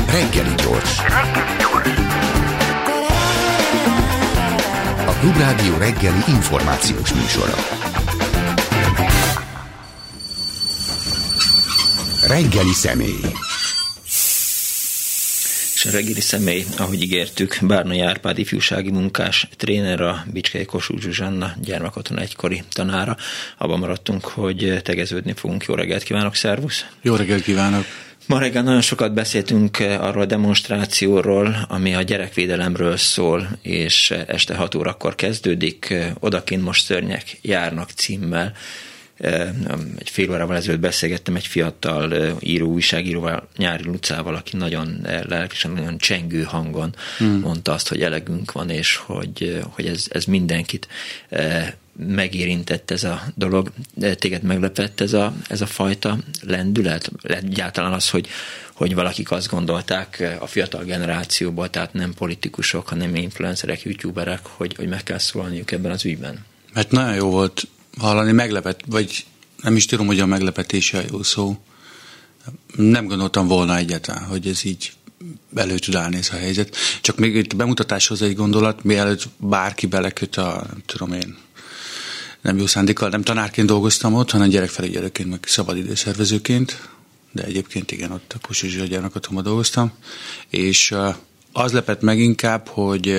Reggeli gyors. A Klubrádió reggeli információs műsora. Reggeli személy. És a reggeli személy, ahogy ígértük, Bárnai Árpád ifjúsági munkás tréner, a Bicskei Kossuth Zsuzsanna gyermekkatona egykori tanára. Abban maradtunk, hogy tegeződni fogunk. Jó reggelt kívánok, szervusz! Jó reggelt kívánok! Ma reggel nagyon sokat beszéltünk arról a demonstrációról, ami a gyerekvédelemről szól, és este 6 órakor kezdődik. Odakint most szörnyek járnak címmel. Egy fél órával ezelőtt beszélgettem egy fiatal újságíróval, Nyári Lucával, aki nagyon lelkesen, nagyon csengő hangon mondta azt, hogy elegünk van, és hogy ez mindenkit megérintett ez a dolog. Téged meglepett ez a fajta lendület? Egyáltalán az, hogy valakik azt gondolták a fiatal generációban, tehát nem politikusok, hanem influencerek, youtuberek, hogy meg kell szólniuk ebben az ügyben. Mert nagyon jó volt hallani, meglepett, vagy nem is tudom, hogy a meglepetése a jó szó. Nem gondoltam volna egyáltalán, hogy ez így elő tud állni ez a helyzet. Csak még itt bemutatáshoz egy gondolat, mielőtt bárki beleköt nem jó szándékkal, nem tanárként dolgoztam ott, hanem gyerekfelügyelőként, meg szabadidőszervezőként, de egyébként igen, ott a Kossuth Zsuzsa gyermekkatonban dolgoztam, és az lepett meg inkább,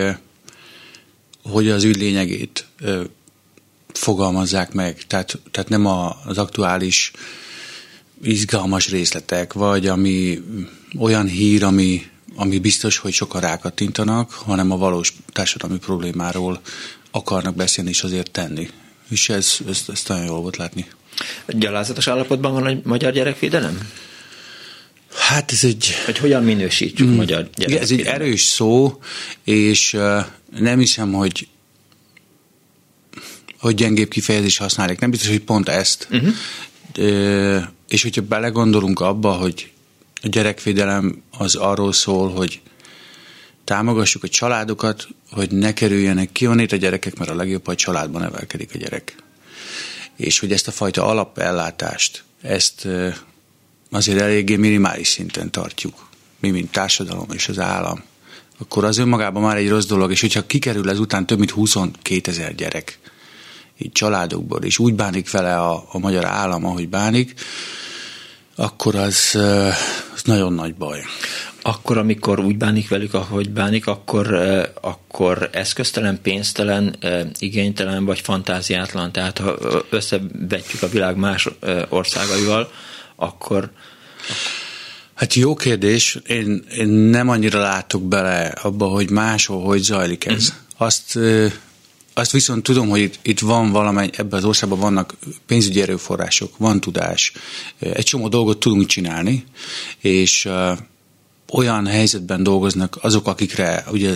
hogy az ügy lényegét fogalmazzák meg, tehát nem az aktuális izgalmas részletek, vagy ami olyan hír, ami biztos, hogy sokan rákattintanak, hanem a valós társadalmi problémáról akarnak beszélni és azért tenni. És ez nagyon jól volt látni. Gyalázatos állapotban van a magyar gyerekvédelem? Hát ez egy... Hogy hogyan minősítsük magyar gyerekvédelem? Ez egy erős szó, és nem hiszem, hogy gyengébb kifejezés használják. Nem biztos, hogy pont ezt. És hogyha belegondolunk abba, hogy a gyerekvédelem az arról szól, hogy támogassuk a családokat, hogy ne kerüljenek ki onnét a gyerekek, mert a legjobb, hogy családban nevelkedik a gyerek. És hogy ezt a fajta alapellátást, ezt azért eléggé minimális szinten tartjuk, mi, mint társadalom és az állam, akkor az önmagában már egy rossz dolog, és hogyha kikerül ezután több mint 22 000 gyerek így családokból, és úgy bánik vele a magyar állam, ahogy bánik, akkor az nagyon nagy baj. Akkor, amikor úgy bánik velük, ahogy bánik, akkor eszköztelen, pénztelen, igénytelen vagy fantáziátlan. Tehát ha összevetjük a világ más országaival, akkor... Hát jó kérdés. Én nem annyira látok bele abba, hogy máshol hogy zajlik ez. Azt viszont tudom, hogy itt van valamely, ebben az országban vannak pénzügyi erőforrások, van tudás, egy csomó dolgot tudunk csinálni, és olyan helyzetben dolgoznak azok, akikre ugye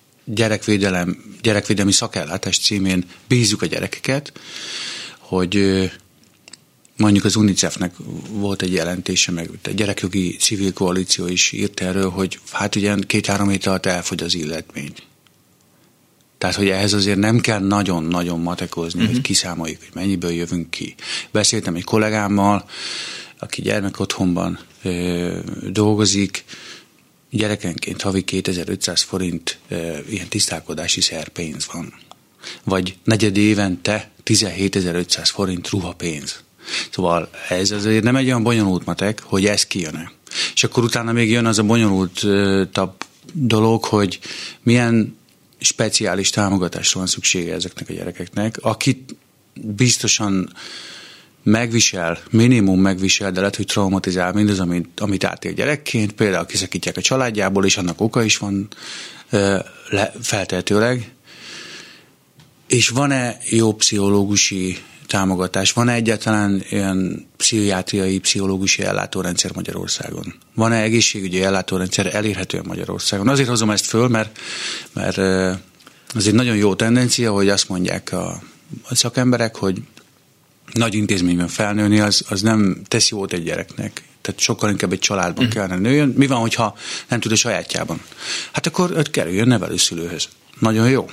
gyerekvédelmi szakellátás címén bízzuk a gyerekeket, hogy mondjuk az UNICEF-nek volt egy jelentése, meg a gyerekjogi civil koalíció is írt erről, hogy hát ugye 2-3 hét alatt elfogy az illetmény. Tehát, hogy ehhez azért nem kell nagyon-nagyon matekozni, hogy kiszámoljuk, hogy mennyiből jövünk ki. Beszéltem egy kollégámmal, aki gyermekotthonban dolgozik, gyerekenként havi 2500 forint ilyen tisztálkodási szerpénz van. Vagy negyed évente 17.500 forint ruhapénz. Szóval ez azért nem egy olyan bonyolult matek, hogy ez kijön-e. És akkor utána még jön az a bonyolultabb dolog, hogy milyen speciális támogatásra van szüksége ezeknek a gyerekeknek, akit biztosan minimum megvisel, de lehet, hogy traumatizál mindaz, amit átél gyerekként, például kiszakítják a családjából, és annak oka is van feltehetőleg. És van-e jó pszichológusi támogatás? Van-e egyáltalán olyan pszichiátriai, pszichológusi ellátórendszer Magyarországon? Van-e egészségügyi ellátórendszer elérhetően Magyarországon? Azért hozom ezt föl, mert az egy nagyon jó tendencia, hogy azt mondják a szakemberek, hogy nagy intézményben felnőni, az nem tesz jót egy gyereknek. Tehát sokkal inkább egy családban kellene nőjön. Mi van, hogyha nem tud a sajátjában? Hát akkor kerüljön nevelőszülőhöz. Nagyon jó.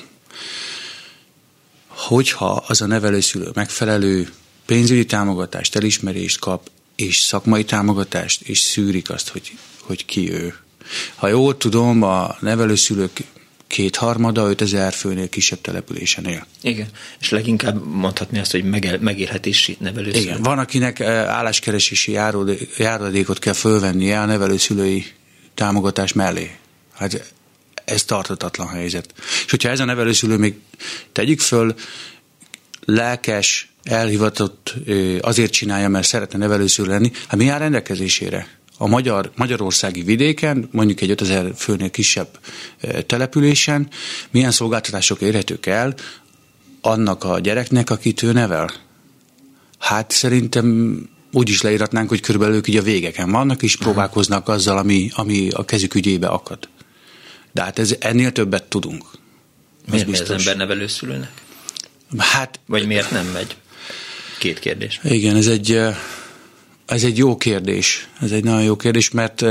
Hogyha az a nevelőszülő megfelelő pénzügyi támogatást, elismerést kap, és szakmai támogatást, és szűrik azt, hogy ki ő, Ha jól tudom, a nevelőszülők 2/3 5000 főnél kisebb településen él. Igen, és leginkább mondhatni azt, hogy megélhetési nevelőszülő. Igen, van, akinek álláskeresési járulékot kell fölvennie a nevelőszülői támogatás mellé. Hát ez tarthatatlan helyzet. És hogyha ez a nevelőszülő még tegyük föl, lelkes, elhivatott, azért csinálja, mert szeretne nevelőszülő lenni, hát mi áll rendelkezésére? A magyarországi vidéken, mondjuk egy 5000 főnél kisebb településen milyen szolgáltatások érhetők el annak a gyereknek, akit ő nevel? Hát szerintem úgy is leíratnánk, hogy körülbelül ők így a végeken vannak, és próbálkoznak azzal, ami a kezük ügyébe akad. De hát ennél többet tudunk. Miért megy az ember nevelőszülőnek? Hát, vagy miért nem megy? 2 kérdés. Igen, ez egy jó kérdés. Ez egy nagyon jó kérdés, mert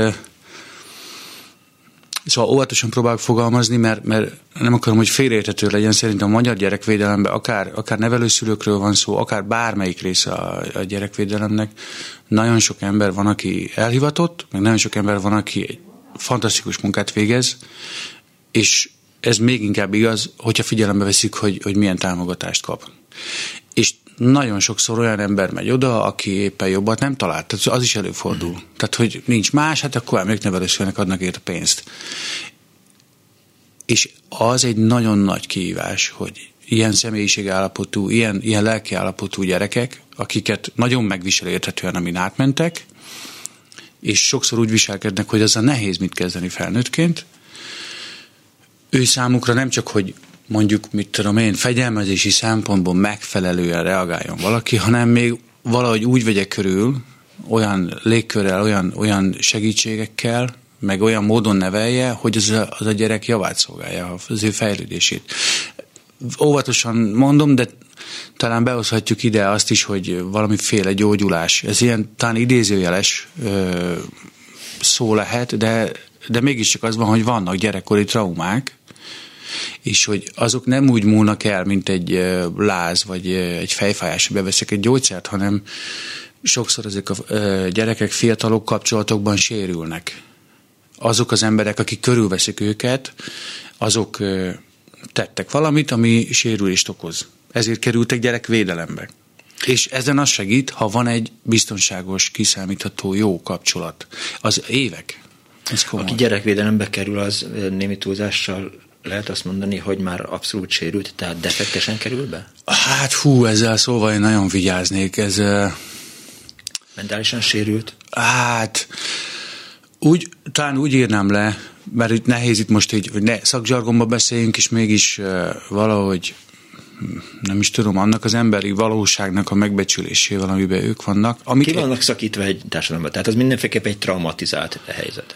szóval óvatosan próbálok fogalmazni, mert nem akarom, hogy félreérthető legyen. Szerintem a magyar gyerekvédelemben akár nevelőszülőkről van szó, akár bármelyik része a gyerekvédelemnek. Nagyon sok ember van, aki elhivatott, meg nagyon sok ember van, aki egy fantasztikus munkát végez, és ez még inkább igaz, hogyha figyelembe veszik, hogy milyen támogatást kap. És nagyon sokszor olyan ember megy oda, aki éppen jobbat nem talált. Tehát az is előfordul. Tehát, hogy nincs más, hát akkor elmegyek nevelőszülőnek, adnak ért a pénzt. És az egy nagyon nagy kihívás, hogy ilyen személyiségállapotú, ilyen lelkiállapotú gyerekek, akiket nagyon megvisel érthetően, amin átmentek, és sokszor úgy viselkednek, hogy azzal nehéz mit kezdeni felnőttként. Ő számukra nem csak, hogy mondjuk, mit tudom én, fegyelmezési szempontból megfelelően reagáljon valaki, hanem még valahogy úgy vegye körül, olyan légkörrel, olyan segítségekkel, meg olyan módon nevelje, hogy az a gyerek javát szolgálja, az ő fejlődését. Óvatosan mondom, de talán behozhatjuk ide azt is, hogy valamiféle gyógyulás. Ez ilyen talán idézőjeles szó lehet, de mégiscsak az van, hogy vannak gyerekkori traumák, és hogy azok nem úgy múlnak el, mint egy láz, vagy egy fejfájás, hogy beveszek egy gyógyszert, hanem sokszor ezek a gyerekek, fiatalok kapcsolatokban sérülnek. Azok az emberek, akik körülveszik őket, azok tettek valamit, ami sérülést okoz. Ezért kerültek gyerekvédelembe. És ezen az segít, ha van egy biztonságos, kiszámítható, jó kapcsolat. Az évek. Ez komoly. Aki gyerekvédelembe kerül, az némi túlzással lehet azt mondani, hogy már abszolút sérült, tehát defektesen kerül be? Hát ezzel szóval én nagyon vigyáznék. Mentálisan sérült? Hát talán úgy írnám le, mert itt nehéz itt most így, hogy ne szakzsargonba beszéljünk, és mégis valahogy nem is tudom, annak az emberi valóságnak a megbecsülésével, amiben ők vannak. Ki vannak szakítva egy társadalomban? Tehát az mindenféleképp egy traumatizált helyzet.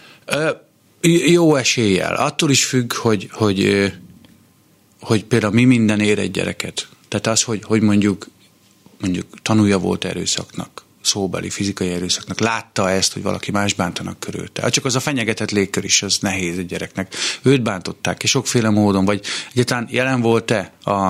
Jó eséllyel. Attól is függ, hogy például mi minden ér egy gyereket. Tehát az, hogy mondjuk tanulja volt erőszaknak, szóbeli, fizikai erőszaknak, látta ezt, hogy valaki más bántanak körülte. Csak az a fenyegetett légkör is, az nehéz egy gyereknek. Őt bántották, és sokféle módon, vagy egyáltalán jelen volt-e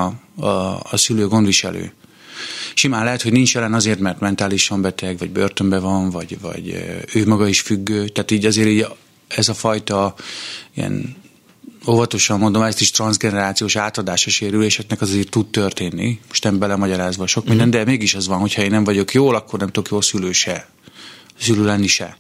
a szülő gondviselő. Simán lehet, hogy nincs jelen azért, mert mentálisan beteg, vagy börtönben van, vagy ő maga is függő. Tehát így azért így ez a fajta ilyen, óvatosan mondom, ezt is transzgenerációs átadása sérüléseknek azért tud történni. Most nem belemagyarázva sok minden, de mégis az van, hogyha én nem vagyok jól, akkor nem tudok jól szülő lenni se.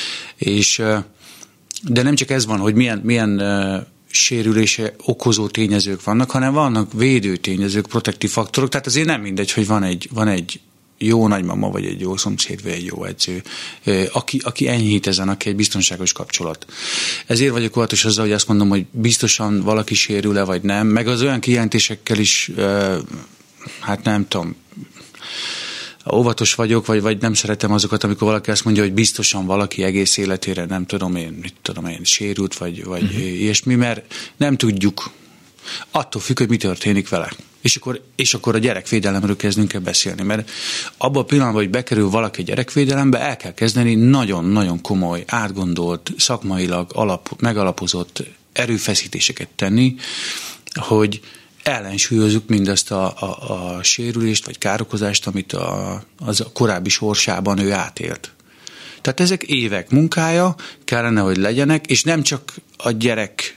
De nem csak ez van, hogy milyen sérülése okozó tényezők vannak, hanem vannak védő tényezők, protektív faktorok, tehát azért nem mindegy, hogy van egy jó nagymama, vagy egy jó szomszéd, vagy egy jó edző, aki enyhít ezen, aki egy biztonságos kapcsolat. Ezért vagyok óvatos azzal, hogy azt mondom, hogy biztosan valaki sérül-e, vagy nem, meg az olyan kijelentésekkel is, hát nem tudom, óvatos vagyok, vagy nem szeretem azokat, amikor valaki azt mondja, hogy biztosan valaki egész életére, nem tudom én, sérült, vagy ilyesmi, mert nem tudjuk. Attól függ, hogy mi történik vele. És akkor a gyerekvédelemről kezdünk el beszélni, mert abban a pillanatban, hogy bekerül valaki gyerekvédelembe, el kell kezdeni nagyon-nagyon komoly, átgondolt, szakmailag megalapozott erőfeszítéseket tenni, hogy ellensúlyozzuk mindazt a sérülést vagy károkozást, amit az a korábbi sorsában ő átélt. Tehát ezek évek munkája kellene, hogy legyenek, és nem csak a gyerek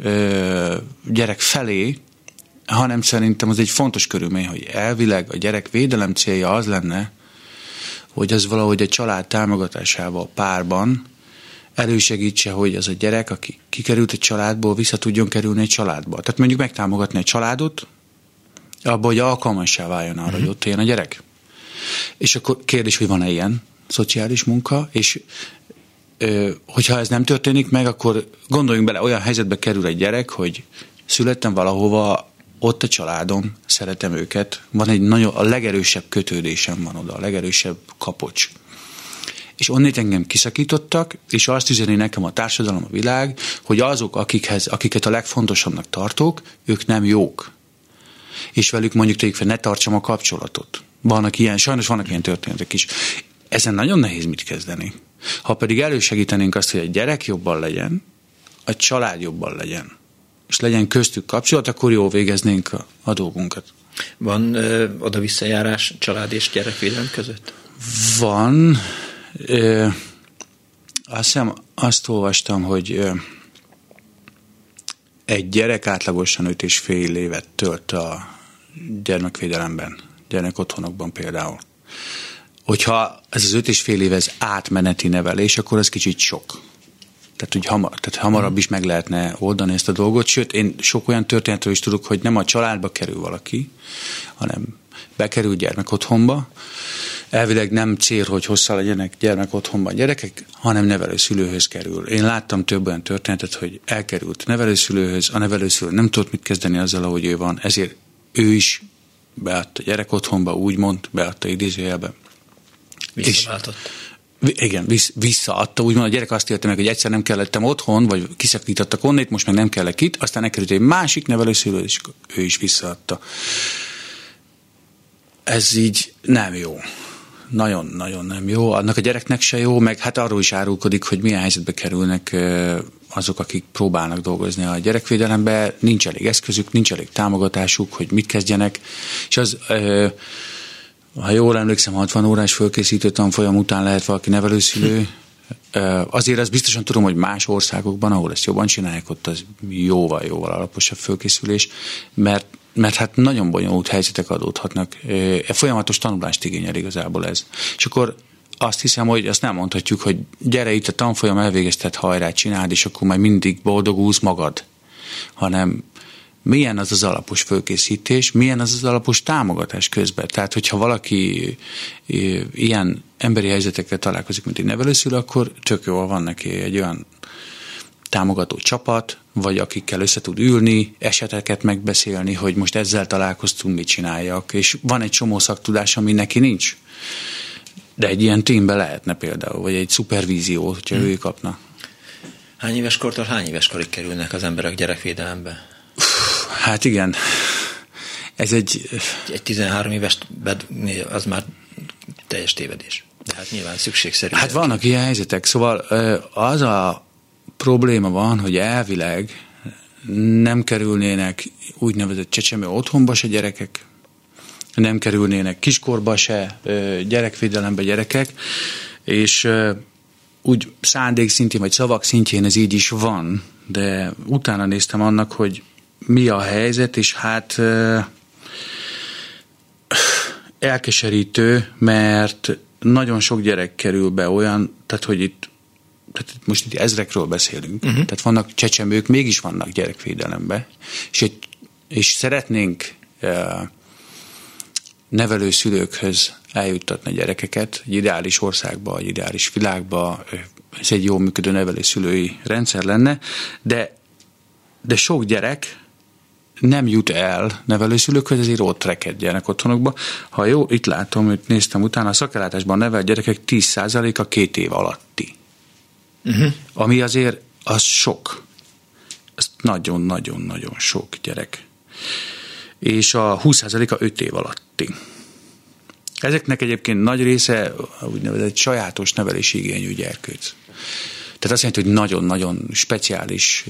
felé, hanem szerintem az egy fontos körülmény, hogy elvileg a gyerekvédelem célja az lenne, hogy az valahogy a család támogatásával párban elősegítse, hogy az a gyerek, aki kikerült egy családból, vissza tudjon kerülni egy családba. Tehát mondjuk megtámogatni egy családot, abban, hogy alkalmassá váljon arra, hogy ott éljen a gyerek. És akkor kérdés, hogy van-e ilyen szociális munka, és hogyha ez nem történik meg, akkor gondoljunk bele, olyan helyzetbe kerül egy gyerek, hogy születtem valahova, ott a családom, szeretem őket, van a legerősebb kötődésem van oda, a legerősebb kapocs. És onnét engem kiszakítottak, és azt üzeni nekem a társadalom, a világ, hogy azok, akiket a legfontosabbnak tartok, ők nem jók. És velük mondjuk tegyük fel, ne tartsam a kapcsolatot. Sajnos vannak ilyen történetek is. Ezen nagyon nehéz mit kezdeni. Ha pedig elősegítenénk azt, hogy a gyerek jobban legyen, a család jobban legyen, és legyen köztük kapcsolat, akkor jól végeznénk a dolgunkat. Van oda-visszajárás család és gyerekvédelem között? Van. Azt olvastam, hogy egy gyerek átlagosan 5,5 évet tölt a gyermekvédelemben, gyerekotthonokban például. Hogyha ez az 5,5 év ez átmeneti nevelés, akkor ez kicsit sok. Tehát hamarabb is meg lehetne oldani ezt a dolgot. Sőt, én sok olyan történetről is tudok, hogy nem a családba kerül valaki, hanem bekerül gyermekotthonba. Elvileg nem cél, hogy hosszan legyenek gyermekotthonban gyerekek, hanem nevelőszülőhöz kerül. Én láttam több olyan történetet, hogy elkerült nevelőszülőhöz, a nevelőszülő nem tudott mit kezdeni azzal, ahogy ő van, ezért ő is beadta gyerekotthonba, úgymond, beadta idézőjelbe. Visszaváltott. Igen, visszaadta. Úgymond a gyerek azt élte meg, hogy egyszer nem kellettem otthon, vagy kiszakítottak onnét, most meg nem kellek itt, aztán elkerült egy másik nevelőszülő, és ő is visszaadta. Ez így nem jó. Nagyon-nagyon nem jó. Annak a gyereknek se jó, meg hát arról is árulkodik, hogy milyen helyzetbe kerülnek azok, akik próbálnak dolgozni a gyerekvédelembe. Nincs elég eszközük, nincs elég támogatásuk, hogy mit kezdjenek. És az... ha jól emlékszem, 60 órás fölkészítő tanfolyam után lehet valaki nevelőszülő. Azért azt biztosan tudom, hogy más országokban, ahol ezt jobban csinálják, ott az jóval alaposabb fölkészülés, mert hát nagyon bonyolult helyzetek adódhatnak. Folyamatos tanulást igényel igazából ez. És akkor azt hiszem, hogy azt nem mondhatjuk, hogy gyere itt a tanfolyam, elvégezted, hajrá, csináld, és akkor majd mindig boldogulsz magad, hanem milyen az az alapos fölkészítés, milyen az az alapos támogatás közben. Tehát, hogyha valaki ilyen emberi helyzetekkel találkozik, mint egy nevelőszülő, akkor tök jól van neki egy olyan támogató csapat, vagy akikkel össze tud ülni, eseteket megbeszélni, hogy most ezzel találkoztunk, mit csináljak, és van egy csomó szaktudás, ami neki nincs. De egy ilyen teamben lehetne például, vagy egy szupervízió, hogyha ő kapna. Hány éves kortól hány éves korig kerülnek az emberek gyerekvédelembe? Hát igen, ez egy 13 éves az már teljes tévedés. De hát nyilván szükségszerű. Hát vannak ilyen helyzetek, szóval az a probléma van, hogy elvileg nem kerülnének úgynevezett csecsemő otthonba se gyerekek, nem kerülnének kiskorba se gyerekvédelembe gyerekek, és úgy szándék szintjén vagy szavak szintjén ez így is van, de utána néztem annak, hogy mi a helyzet, és hát elkeserítő, mert nagyon sok gyerek kerül be olyan, tehát most itt ezrekről beszélünk, tehát vannak csecsemők, mégis vannak gyerekvédelemben, és szeretnénk nevelőszülőkhöz eljuttatni gyerekeket egy ideális országba, egy ideális világba, ez egy jól működő nevelőszülői rendszer lenne, de sok gyerek nem jut el nevelőszülőkhöz, ezért ott rekedjenek otthonokba. Ha jó, itt látom, itt néztem utána, a szakellátásban nevelt gyerekek 10%-a 2 év alatti. Ami azért az sok. Ez nagyon-nagyon-nagyon sok gyerek. És a 20%-a 5 év alatti. Ezeknek egyébként nagy része úgynevezett sajátos nevelési igényű gyerkőc. Tehát azt jelenti, hogy nagyon-nagyon speciális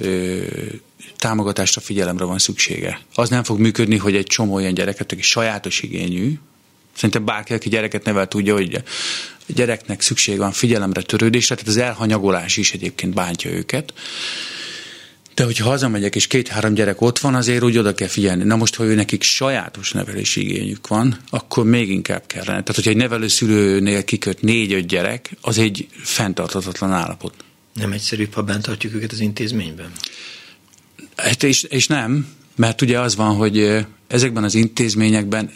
támogatásra, figyelemre van szüksége. Az nem fog működni, hogy egy csomó olyan gyereket, aki sajátos igényű, Szerintem bárki, aki gyereket nevel, tudja, hogy a gyereknek szükség van figyelemre, törődésre, tehát az elhanyagolás is egyébként bántja őket. De hogyha hazamegyek, és 2-3 gyerek ott van, azért úgy oda kell figyelni. Na most, ha ő nekik sajátos nevelési igényük van, akkor még inkább kellene. Tehát, hogyha egy nevelőszülőnél kiköt 4-5 gyerek, az egy fenntarthatatlan állapot. Nem egyszerűbb, ha bent tartjuk őket az intézményben? Hát és nem, mert ugye az van, hogy ezekben az intézményekben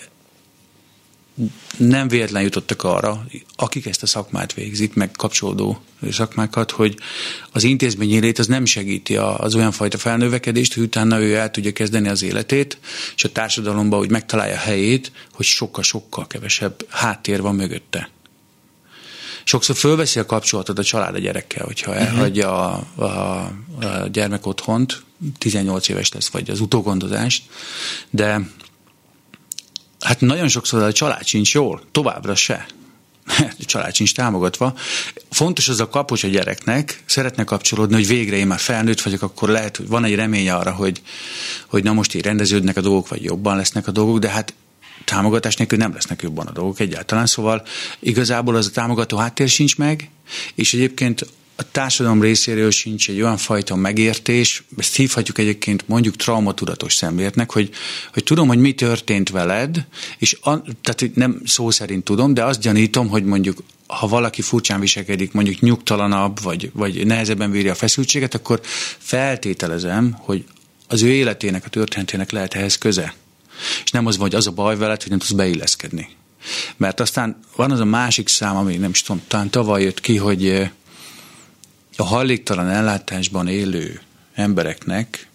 nem véletlen jutottak arra, akik ezt a szakmát végzik, meg kapcsolódó szakmákat, hogy az intézményi lét az nem segíti az olyan fajta felnövekedést, hogy utána ő el tudja kezdeni az életét, és a társadalomban úgy megtalálja a helyét, hogy sokkal-sokkal kevesebb háttér van mögötte. Sokszor fölveszi a kapcsolatot a család a gyerekkel, hogyha elhagyja a gyermek otthont, 18 éves lesz, vagy az utógondozást, de hát nagyon sokszor a család sincs jól, továbbra se. A család sincs támogatva. Fontos az a kapocs a gyereknek, szeretne kapcsolódni, hogy végre én már felnőtt vagyok, akkor lehet, hogy van egy remény arra, hogy na most így rendeződnek a dolgok, vagy jobban lesznek a dolgok, de hát támogatás nélkül nem lesznek jobban a dolgok egyáltalán. Szóval igazából az a támogató háttér sincs meg, és egyébként a társadalom részéről sincs egy olyan fajta megértés, ezt hívhatjuk egyébként mondjuk traumatudatos szemléletnek, hogy tudom, hogy mi történt veled, és tehát nem szó szerint tudom, de azt gyanítom, hogy mondjuk ha valaki furcsán viselkedik, mondjuk nyugtalanabb, vagy nehezebben bírja a feszültséget, akkor feltételezem, hogy az ő életének, a történetének lehet ehhez köze. És nem az van, hogy az a baj veled, hogy nem tudsz beilleszkedni. Mert aztán van az a másik szám, ami nem is tudom, talán tavaly jött ki, hogy a hajléktalan ellátásban élő embereknek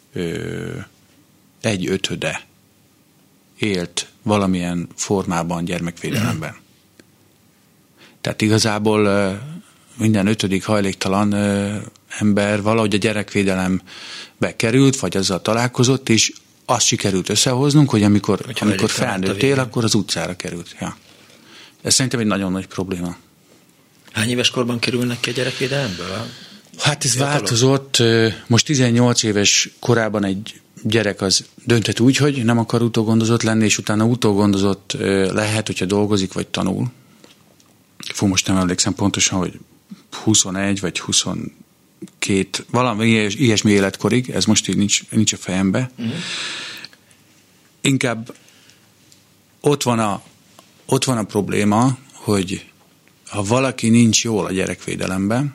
1/5 élt valamilyen formában gyermekvédelemben. Tehát igazából minden 5. hajléktalan ember valahogy a gyerekvédelembe került, vagy azzal találkozott, és azt sikerült összehoznunk, hogy amikor felnőttél, akkor az utcára került. Ja. Ez szerintem egy nagyon nagy probléma. Hány éves korban kerülnek ki a gyerekvédelemből? Hát ez változott. Most 18 éves korában egy gyerek az dönthet úgy, hogy nem akar utógondozott lenni, és utána utógondozott lehet, hogyha dolgozik, vagy tanul. Most nem emlékszem pontosan, hogy 21 vagy 22, valami ilyesmi életkorig, ez most így nincs a fejembe. Inkább ott van a probléma, hogy ha valaki nincs jól a gyerekvédelemben,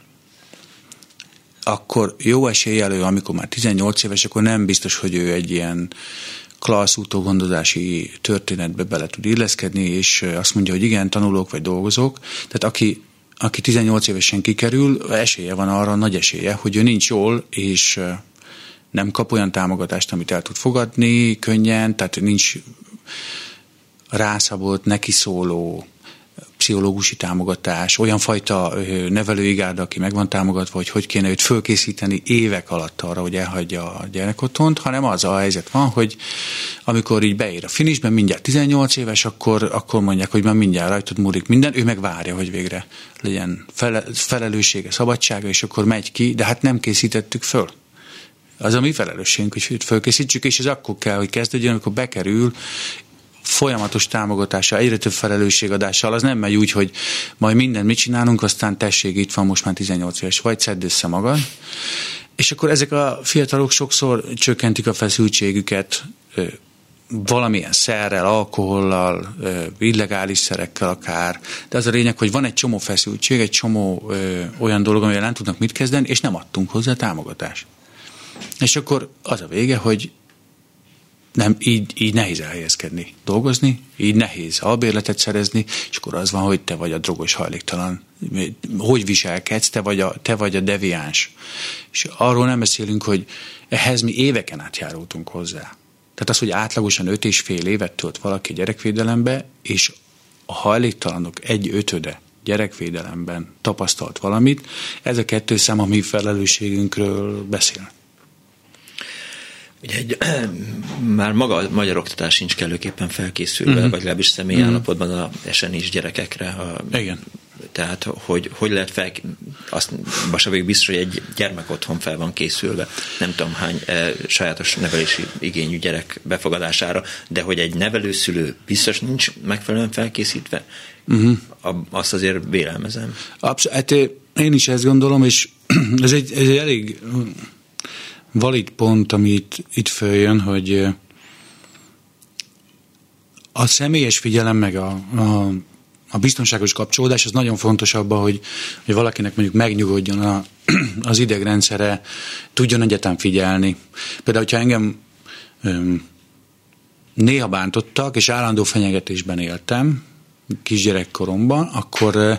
akkor jó eséllyel, amikor már 18 éves, akkor nem biztos, hogy ő egy ilyen klassz utógondozási történetbe bele tud illeszkedni, és azt mondja, hogy igen, tanulok vagy dolgozok. Tehát aki 18 évesen kikerül, esélye van arra, nagy esélye, hogy ő nincs jól, és nem kap olyan támogatást, amit el tud fogadni könnyen, tehát nincs rászabott, neki szóló pszichológusi támogatás, olyan fajta nevelőigárda, aki meg van támogatva, hogy kéne őt fölkészíteni évek alatt arra, hogy elhagyja a gyerekotthont, hanem az a helyzet van, hogy amikor így beér a finishben, mindjárt 18 éves, akkor mondják, hogy már mindjárt rajtad múlik minden, ő meg várja, hogy végre legyen felelőssége, szabadsága, és akkor megy ki, de hát nem készítettük föl. Az a mi felelősségünk, hogy őt fölkészítsük, és ez akkor kell, hogy kezdődjön, amikor bekerül, folyamatos támogatással, egyre több felelősségadással, az nem megy úgy, hogy majd mindent mit csinálunk, aztán tessék, itt van most már 18 éves vagy, szedd össze magad. És akkor ezek a fiatalok sokszor csökkentik a feszültségüket valamilyen szerrel, alkohollal, illegális szerekkel akár, de az a lényeg, hogy van egy csomó feszültség, egy csomó olyan dolog, amivel nem tudnak mit kezdeni, és nem adtunk hozzá támogatást. És akkor az a vége, hogy nem, így nehéz elhelyezkedni, dolgozni, így nehéz albérletet szerezni, és akkor az van, hogy te vagy a drogos hajléktalan. Hogy viselkedsz, te vagy a deviáns. És arról nem beszélünk, hogy ehhez mi éveken át járultunk hozzá. Tehát az, hogy átlagosan 5,5 évet tölt valaki gyerekvédelembe, és a hajléktalanok 1/5 gyerekvédelemben tapasztalt valamit, ez a 2 szám a mi felelősségünkről beszél. Ugye már maga a magyar oktatás sincs kellőképpen felkészülve, vagy legalábbis személyi állapotban a SNI-s gyerekekre, Igen. Tehát, hogy lehet azt most vagyok biztos, hogy egy gyermek otthon fel van készülve, nem tudom hány sajátos nevelési igényű gyerek befogadására, de hogy egy nevelőszülő biztos nincs megfelelően felkészítve, azt azért vélelmezem. Hát én is ezt gondolom, és ez egy elég valid pont, ami itt följön, hogy a személyes figyelem meg a biztonságos kapcsolódás az nagyon fontos abban, hogy valakinek mondjuk megnyugodjon az idegrendszere, tudjon egyáltalán figyelni. Például, hogyha engem néha bántottak, és állandó fenyegetésben éltem kisgyerekkoromban, akkor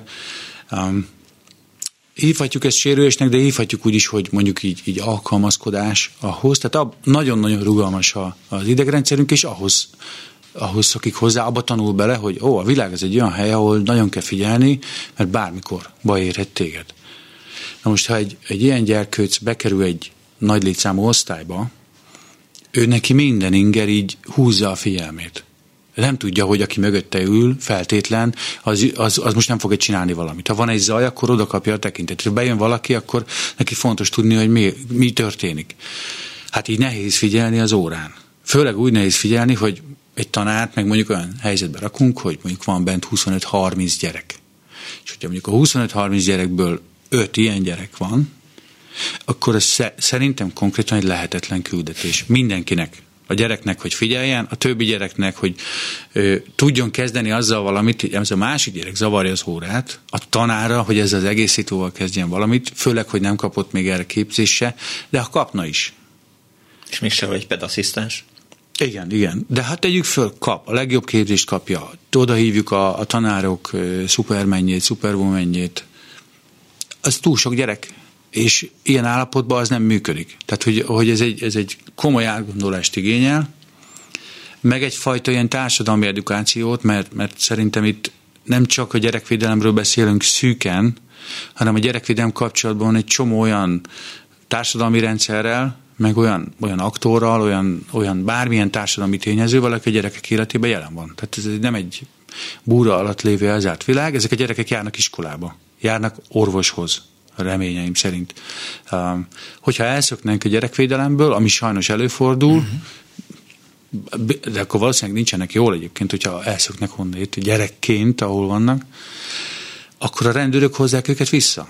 hívhatjuk ezt sérülésnek, de hívhatjuk úgy is, hogy mondjuk így alkalmazkodás ahhoz. Tehát nagyon-nagyon rugalmas az idegrendszerünk, és ahhoz szokik hozzá, abba tanul bele, hogy a világ ez egy olyan hely, ahol nagyon kell figyelni, mert bármikor baj érhet téged. Na most, ha egy ilyen gyerkőc bekerül egy nagy létszámú osztályba, ő neki minden inger így húzza a figyelmét. Nem tudja, hogy aki mögötte ül, feltétlen, az most nem fog csinálni valamit. Ha van egy zaj, akkor oda kapja a tekintetét. Ha bejön valaki, akkor neki fontos tudni, hogy mi történik. Hát így nehéz figyelni az órán. Főleg úgy nehéz figyelni, hogy egy tanárt meg mondjuk olyan helyzetbe rakunk, hogy mondjuk van bent 25-30 gyerek. És hogyha mondjuk a 25-30 gyerekből 5 ilyen gyerek van, akkor ez szerintem konkrétan egy lehetetlen küldetés. Mindenkinek. A gyereknek, hogy figyeljen, a többi gyereknek, hogy tudjon kezdeni azzal valamit, hogy ez a másik gyerek zavarja az órát, a tanára, hogy ezzel az egészítóval kezdjen valamit, főleg, hogy nem kapott még erre képzésre, de ha kapna is. És még sehol egy pedasszisztens? Igen. De hát tegyük föl, kap. A legjobb képzést kapja. Oda hívjuk a tanárok szupermenjét, szuperwomanjét. Az túl sok gyerek. És ilyen állapotban az nem működik. Tehát, hogy ez egy komoly átgondolást igényel, meg egyfajta ilyen társadalmi edukációt, mert szerintem itt nem csak a gyerekvédelemről beszélünk szűken, hanem a gyerekvédelem kapcsolatban egy csomó olyan társadalmi rendszerrel, meg olyan aktorral, olyan bármilyen társadalmi tényezővel, aki a gyerekek életében jelen van. Tehát ez nem egy búra alatt lévő elzárt világ, ezek a gyerekek járnak iskolába, járnak orvoshoz, reményeim szerint. Hogyha elszöknénk a gyerekvédelemből, ami sajnos előfordul, de akkor valószínűleg nincsenek jól egyébként, hogyha elszöknek honnét gyerekként, ahol vannak, akkor a rendőrök hozzák őket vissza.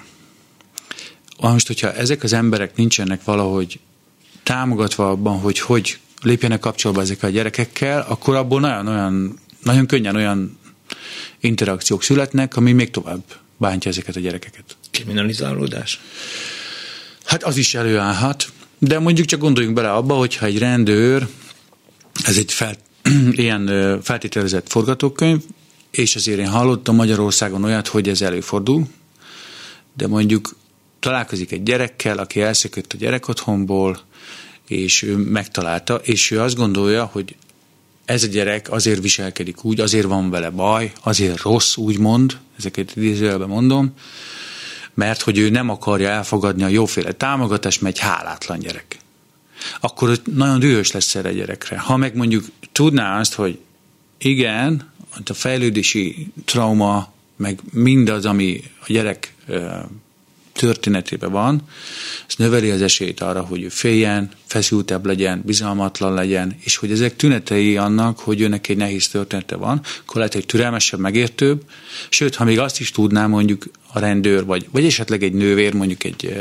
Most, hogyha ezek az emberek nincsenek valahogy támogatva abban, hogy lépjenek kapcsolatba ezekkel a gyerekekkel, akkor abból nagyon könnyen olyan interakciók születnek, ami még tovább bántja ezeket a gyerekeket. Kriminalizálódás? Hát az is előállhat, de mondjuk csak gondoljunk bele abba, hogyha egy rendőr, ez egy ilyen feltételezett forgatókönyv, és azért én hallottam Magyarországon olyat, hogy ez előfordul, de mondjuk találkozik egy gyerekkel, aki elszökött a gyerekotthonból, és ő megtalálta, és ő azt gondolja, hogy ez a gyerek azért viselkedik úgy, azért van vele baj, azért rossz, úgymond, ezeket idézőjelben mondom, mert hogy ő nem akarja elfogadni a jóféle támogatást, mert egy hálátlan gyerek. Akkor nagyon dühös lesz erre a gyerekre. Ha meg mondjuk tudná azt, hogy igen, a fejlődési trauma, meg mindaz, ami a gyerek történetében van, ez növeli az esélyt arra, hogy ő féljen, feszültebb legyen, bizalmatlan legyen, és hogy ezek tünetei annak, hogy őnek egy nehéz története van, akkor lehet, hogy türelmesebb, megértőbb, sőt, ha még azt is tudná mondjuk a rendőr, vagy esetleg egy nővér mondjuk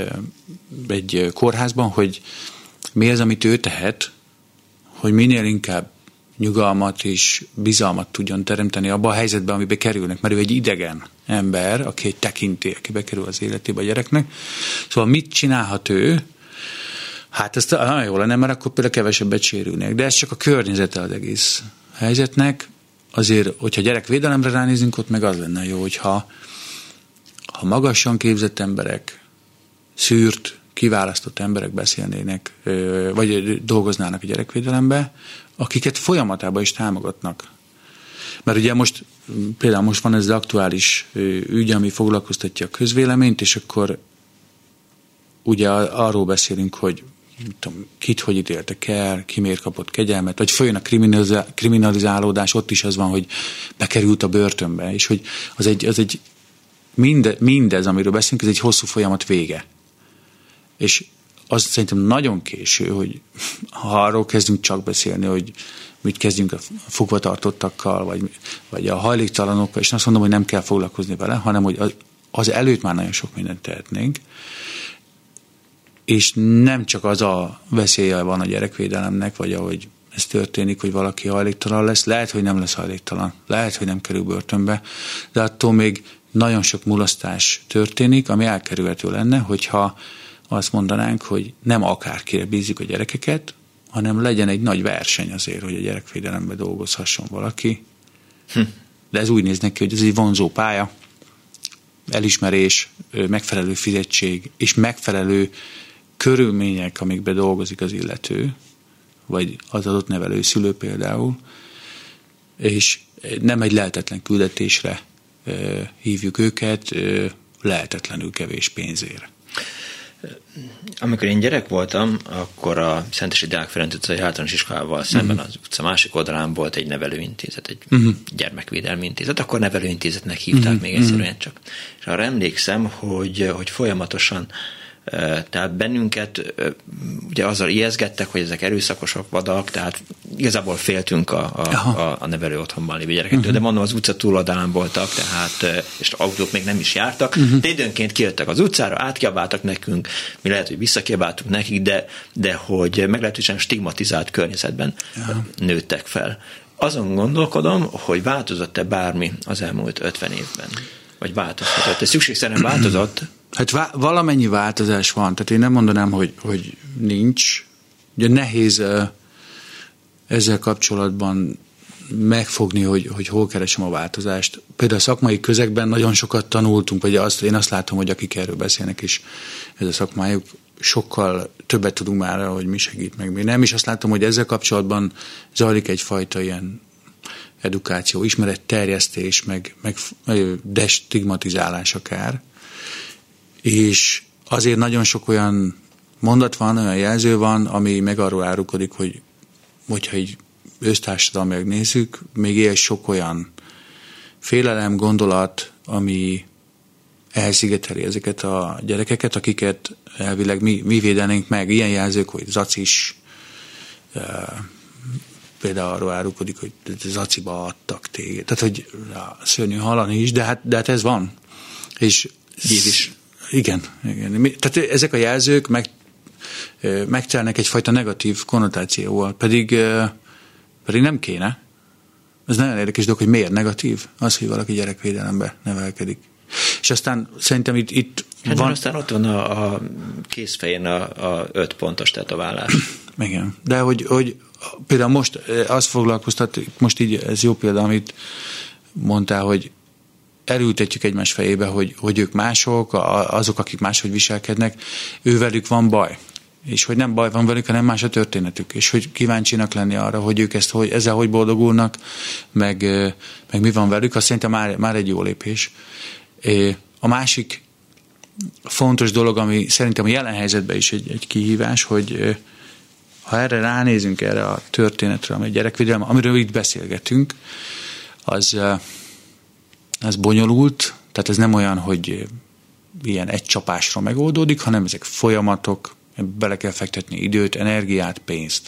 egy kórházban, hogy mi az, amit ő tehet, hogy minél inkább nyugalmat és bizalmat tudjon teremteni abban a helyzetben, amiben kerülnek, mert ő egy idegen ember, aki egy tekintély, aki bekerül az életébe a gyereknek. Szóval mit csinálhat ő? Hát ez nagyon jó lenne, mert akkor például kevesebbet sérülnek. De ez csak a környezete az egész helyzetnek. Azért, hogyha gyerekvédelemre ránézünk, ott meg az lenne jó, hogyha magasan képzett emberek, szűrt, kiválasztott emberek beszélnének, vagy dolgoznának a gyerekvédelembe, akiket folyamatában is támogatnak. Mert ugye például most van ez az aktuális ügy, ami foglalkoztatja a közvéleményt, és akkor ugye arról beszélünk, hogy kit hogy ítéltek el, ki miért kapott kegyelmet, vagy följön a kriminalizálódás, ott is az van, hogy bekerült a börtönbe, és hogy az egy mindez, amiről beszélünk, ez egy hosszú folyamat vége. És az szerintem nagyon késő, hogy ha arról kezdünk csak beszélni, hogy mit kezdjünk a fogvatartottakkal, vagy a hajléktalanokkal, és azt mondom, hogy nem kell foglalkozni vele, hanem hogy az előtt már nagyon sok mindent tehetnénk, és nem csak az a veszélye van a gyerekvédelemnek, vagy ahogy ez történik, hogy valaki hajléktalan lesz, lehet, hogy nem lesz hajléktalan, lehet, hogy nem kerül börtönbe, de attól még nagyon sok mulasztás történik, ami elkerülhető lenne, hogyha azt mondanánk, hogy nem akárkire bízzuk a gyerekeket, hanem legyen egy nagy verseny azért, hogy a gyerekvédelemben dolgozhasson valaki. De ez úgy néz neki, hogy ez egy vonzó pálya, elismerés, megfelelő fizetség és megfelelő körülmények, amikben dolgozik az illető, vagy az adott nevelőszülő például, és nem egy lehetetlen küldetésre hívjuk őket, lehetetlenül kevés pénzére. Amikor én gyerek voltam, akkor a Szentesi Deák Ferenc utcai általános iskolával szemben az utca másik oldalán volt egy nevelőintézet, egy gyermekvédelmi intézet, akkor nevelőintézetnek hívták még egyszerűen csak. És arra emlékszem, hogy folyamatosan tehát bennünket ugye azzal ijeszgettek, hogy ezek erőszakosok, vadak, tehát igazából féltünk a nevelő otthonban lévő gyerekektől, de mondom, az utca túloldalán voltak, tehát, és autók még nem is jártak, de időnként kijöttek az utcára, átkiabáltak nekünk, mi lehet, hogy visszakiabáltuk nekik, de hogy meglehetősen stigmatizált környezetben nőttek fel. Azon gondolkodom, hogy változott-e bármi az elmúlt 50 évben? Vagy változhatott? Ez szükségszerűen változott? Hát valamennyi változás van, tehát én nem mondanám, hogy nincs. Ugye nehéz ezzel kapcsolatban megfogni, hogy hol keresem a változást. Például a szakmai közegben nagyon sokat tanultunk, vagy én azt látom, hogy akik erről beszélnek is, ez a szakmájuk, sokkal többet tudunk már, hogy mi segít, meg mi nem, és azt látom, hogy ezzel kapcsolatban zajlik egyfajta ilyen edukáció, ismeretterjesztés, meg destigmatizálás akár. És azért nagyon sok olyan mondat van, olyan jelző van, ami meg arról árulkodik, hogyha egy össztársadalmilag nézzük, még él sok olyan félelem, gondolat, ami elszigeteli ezeket a gyerekeket, akiket elvileg mi védenénk meg. Ilyen jelzők, hogy zacis, például arról árulkodik, hogy zaciba adtak téged. Tehát, hogy szörnyű hallani is, de hát ez van. És is. Igen. Tehát ezek a jelzők megtelnek egyfajta negatív konnotációval, pedig nem kéne. Ez nagyon érdekes dolog, hogy miért negatív az, hogy valaki gyerekvédelembe nevelkedik. És aztán szerintem itt hát van... Aztán ott van a kézfején a 5 pontos tetoválás. Igen. De hogy például most azt foglalkoztat, most így ez jó példa, amit mondtál, hogy elültetjük egymás fejébe, hogy ők mások, azok, akik máshogy viselkednek, ővelük van baj. És hogy nem baj van velük, hanem más a történetük. És hogy kíváncsinak lenni arra, hogy ők ezzel hogy boldogulnak, meg mi van velük, azt szerintem már egy jó lépés. A másik fontos dolog, ami szerintem a jelen helyzetben is egy kihívás, hogy ha erre ránézünk, erre a történetre, ami a gyerekvédelem, amiről itt beszélgetünk, az bonyolult, tehát ez nem olyan, hogy ilyen egy csapásra megoldódik, hanem ezek folyamatok, bele kell fektetni időt, energiát, pénzt.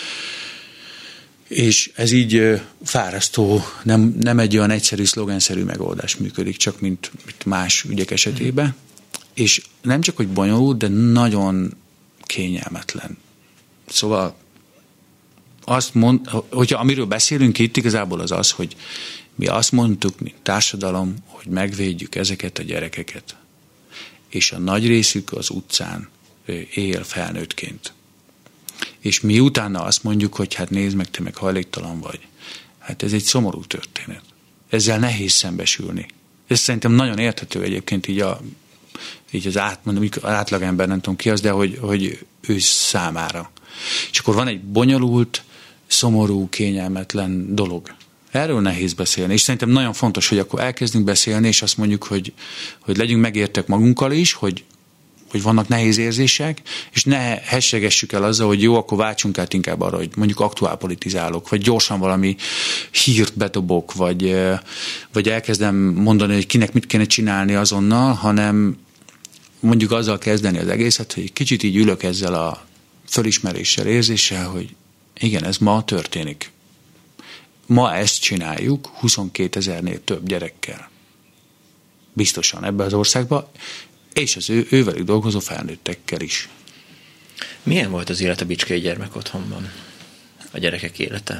És ez így fárasztó, nem egy olyan egyszerű, szlogenszerű megoldás működik, csak mint más ügyek esetében. És nem csak, hogy bonyolult, de nagyon kényelmetlen. Szóval hogyha amiről beszélünk itt, igazából az, hogy mi azt mondtuk, mint társadalom, hogy megvédjük ezeket a gyerekeket. És a nagy részük az utcán él felnőttként. És mi utána azt mondjuk, hogy hát nézd meg, te meg hajléktalan vagy. Hát ez egy szomorú történet. Ezzel nehéz szembesülni. Ez szerintem nagyon érthető egyébként így az átlagember, nem tudom ki az, de hogy ő számára. És akkor van egy bonyolult, szomorú, kényelmetlen dolog. Erről nehéz beszélni, és szerintem nagyon fontos, hogy akkor elkezdünk beszélni, és azt mondjuk, hogy legyünk megértek magunkkal is, hogy vannak nehéz érzések, és ne hessegessük el azzal, hogy jó, akkor váltsunk át inkább arra, hogy mondjuk aktuálpolitizálok, vagy gyorsan valami hírt bedobok, vagy elkezdem mondani, hogy kinek mit kéne csinálni azonnal, hanem mondjuk azzal kezdeni az egészet, hogy kicsit így ülök ezzel a fölismeréssel, érzéssel, hogy igen, ez ma történik. Ma ezt csináljuk 22 000-nél több gyerekkel. Biztosan ebben az országban, és az ővelük dolgozó felnőttekkel is. Milyen volt az élet a Bicskei Gyermekotthonban? A gyerekek élete?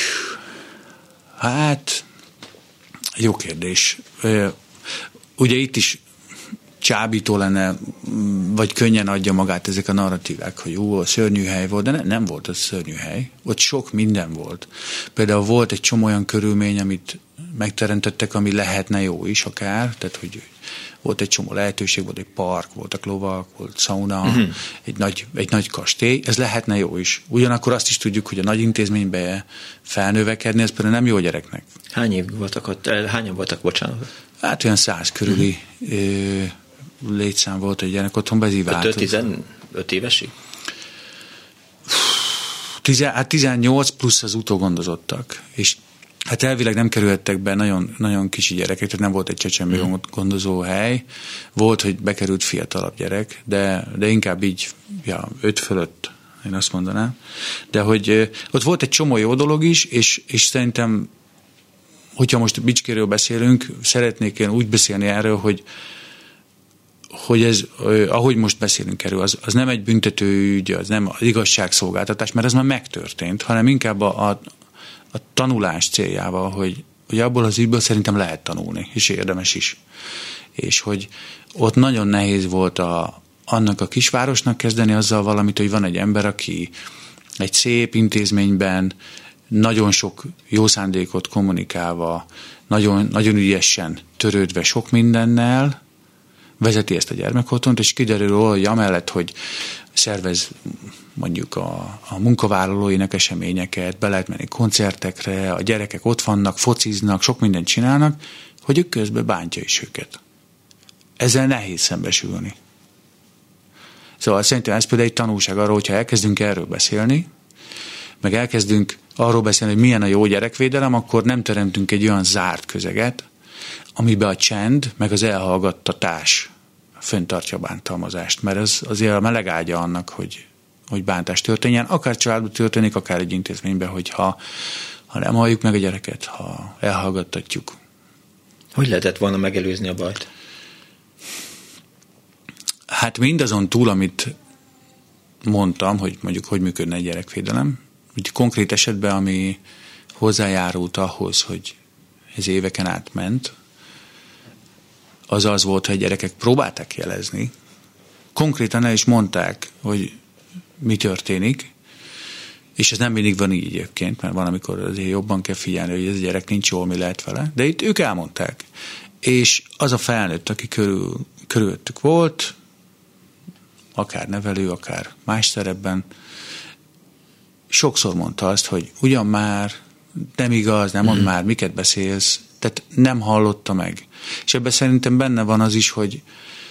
Hát, jó kérdés. Ugye itt is csábító lenne, vagy könnyen adja magát ezek a narratívák, hogy jó, a szörnyű hely volt, de nem volt az szörnyű hely. Ott sok minden volt. Például volt egy csomó olyan körülmény, amit megteremtettek, ami lehetne jó is akár, tehát hogy volt egy csomó lehetőség, volt egy park, voltak lovak, volt szauna, egy nagy kastély, ez lehetne jó is. Ugyanakkor azt is tudjuk, hogy a nagy intézménybe felnövekedni, ez például nem jó a gyereknek. Hányan voltak, bocsánat? Hát olyan 100 körüli létszám volt egy gyerekotthonban, ez így változott. 15 évesig? Hát 18 plusz az utógondozottak, és hát elvileg nem kerülhettek be nagyon, nagyon kicsi gyerekek, tehát nem volt egy csecsemő gondozó hely. Volt, hogy bekerült fiatalabb gyerek, de inkább így 5 fölött, én azt mondanám. De hogy ott volt egy csomó jó dolog is, és szerintem, hogyha most Bicskéről beszélünk, szeretnék én úgy beszélni erről, hogy ez, ahogy most beszélünk erről, az nem egy büntetőügy, az nem az igazságszolgáltatás, mert ez már megtörtént, hanem inkább a tanulás céljával, hogy abból az ügyből szerintem lehet tanulni, és érdemes is. És hogy ott nagyon nehéz volt annak a kisvárosnak kezdeni azzal valamit, hogy van egy ember, aki egy szép intézményben nagyon sok jó szándékot kommunikálva, nagyon, nagyon ügyesen törődve sok mindennel vezeti ezt a gyermekotthont, és kiderül, hogy amellett, hogy szervez mondjuk a munkavállalóinak eseményeket, be lehet menni koncertekre, a gyerekek ott vannak, fociznak, sok mindent csinálnak, hogy ők közben bántja is őket. Ezzel nehéz szembesülni. Szóval szerintem ez például egy tanulság arról, hogyha elkezdünk erről beszélni, meg elkezdünk arról beszélni, hogy milyen a jó gyerekvédelem, akkor nem teremtünk egy olyan zárt közeget, amiben a csend, meg az elhallgattatás fenntartja a bántalmazást, mert ez azért a meleg ágya annak, hogy bántás történjen, akár családban történik, akár egy intézményben, hogyha nem halljuk meg a gyereket, ha elhallgattatjuk. Hogy lehetett volna megelőzni a bajt? Hát mindazon túl, amit mondtam, hogy mondjuk hogy működne egy gyerekvédelem, úgy konkrét esetben, ami hozzájárult ahhoz, hogy ez éveken átment, az volt, hogy gyerekek próbálták jelezni, konkrétan el is mondták, hogy mi történik, és ez nem mindig van így egyébként, mert van, amikor azért jobban kell figyelni, hogy ez a gyerek nincs jól, mi lehet vele, de itt ők elmondták. És az a felnőtt, aki körülöttük volt, akár nevelő, akár más szerepben, sokszor mondta azt, hogy ugyan már, nem igaz, nem mondd már, miket beszélsz, tehát nem hallotta meg. És ebben szerintem benne van az is, hogy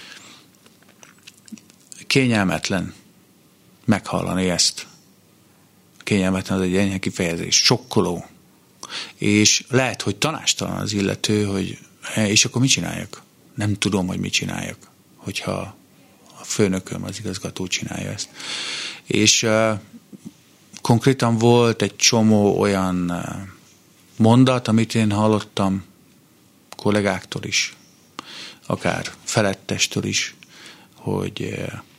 kényelmetlen meghallani ezt. Kényelmetlen az egy enyhe kifejezés, sokkoló. És lehet, hogy tanástalan az illető, hogy és akkor mit csináljak? Nem tudom, hogy mit csináljak, hogyha a főnököm, az igazgató csinálja ezt. És konkrétan volt egy csomó olyan mondat, amit én hallottam kollégáktól is, akár felettestől is, hogy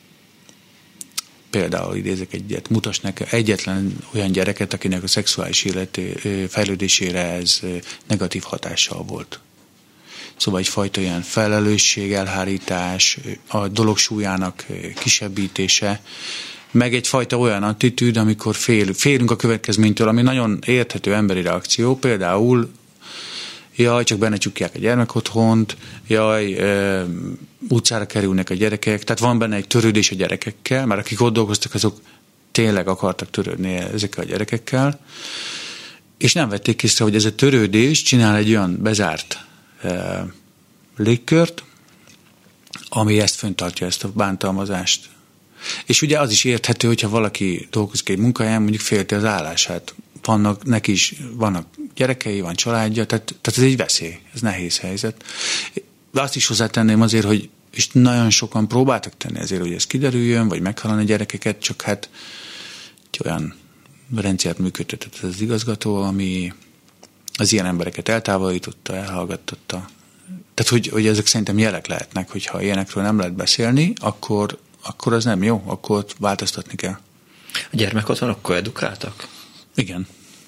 például idézek egyet, mutass nekem egyetlen olyan gyereket, akinek a szexuális fejlődésére ez negatív hatással volt. Szóval egyfajta ilyen felelősség, elhárítás, a dolog súlyának kisebbítése, meg egyfajta olyan attitűd, amikor félünk a következménytől, ami nagyon érthető emberi reakció, például jaj, csak benne csukják a gyermekotthont, jaj, utcára kerülnek a gyerekek, tehát van benne egy törődés a gyerekekkel, mert akik ott dolgoztak, azok tényleg akartak törődni ezekkel a gyerekekkel, és nem vették észre, hogy ez a törődés csinál egy olyan bezárt légkört, ami ezt föntartja, ezt a bántalmazást. És ugye az is érthető, hogyha valaki dolgozik egy munkahelyen, mondjuk félti az állását. Neki is vannak gyerekei, van családja, tehát ez egy veszély, ez nehéz helyzet. De azt is hozzátenném azért, hogy és nagyon sokan próbáltak tenni ezért, hogy ez kiderüljön, vagy meghallani a gyerekeket, csak hát egy olyan rendszert működtetett az igazgató, ami az ilyen embereket eltávolította, elhallgattatta. Tehát, hogy ezek szerintem jelek lehetnek, hogyha ilyenekről nem lehet beszélni, akkor az nem jó, akkor ott változtatni kell. A gyermekotthonok koedukáltak? Igen.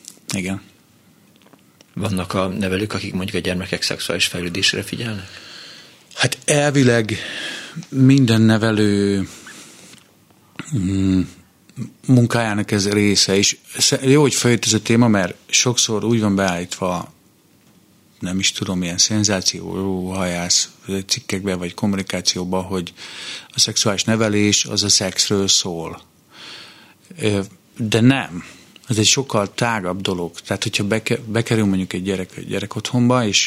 Vannak a nevelők, akik mondjuk a gyermekek szexuális fejlődésére figyelnek? Hát elvileg minden nevelő munkájának ez része, és jó, hogy feljött ez a téma, mert sokszor úgy van beállítva, nem is tudom, ilyen szenzációhajász cikkekben vagy kommunikációban, hogy a szexuális nevelés az a szexről szól. De nem. Ez egy sokkal tágabb dolog. Tehát, hogyha bekerül mondjuk egy gyerek otthonba, és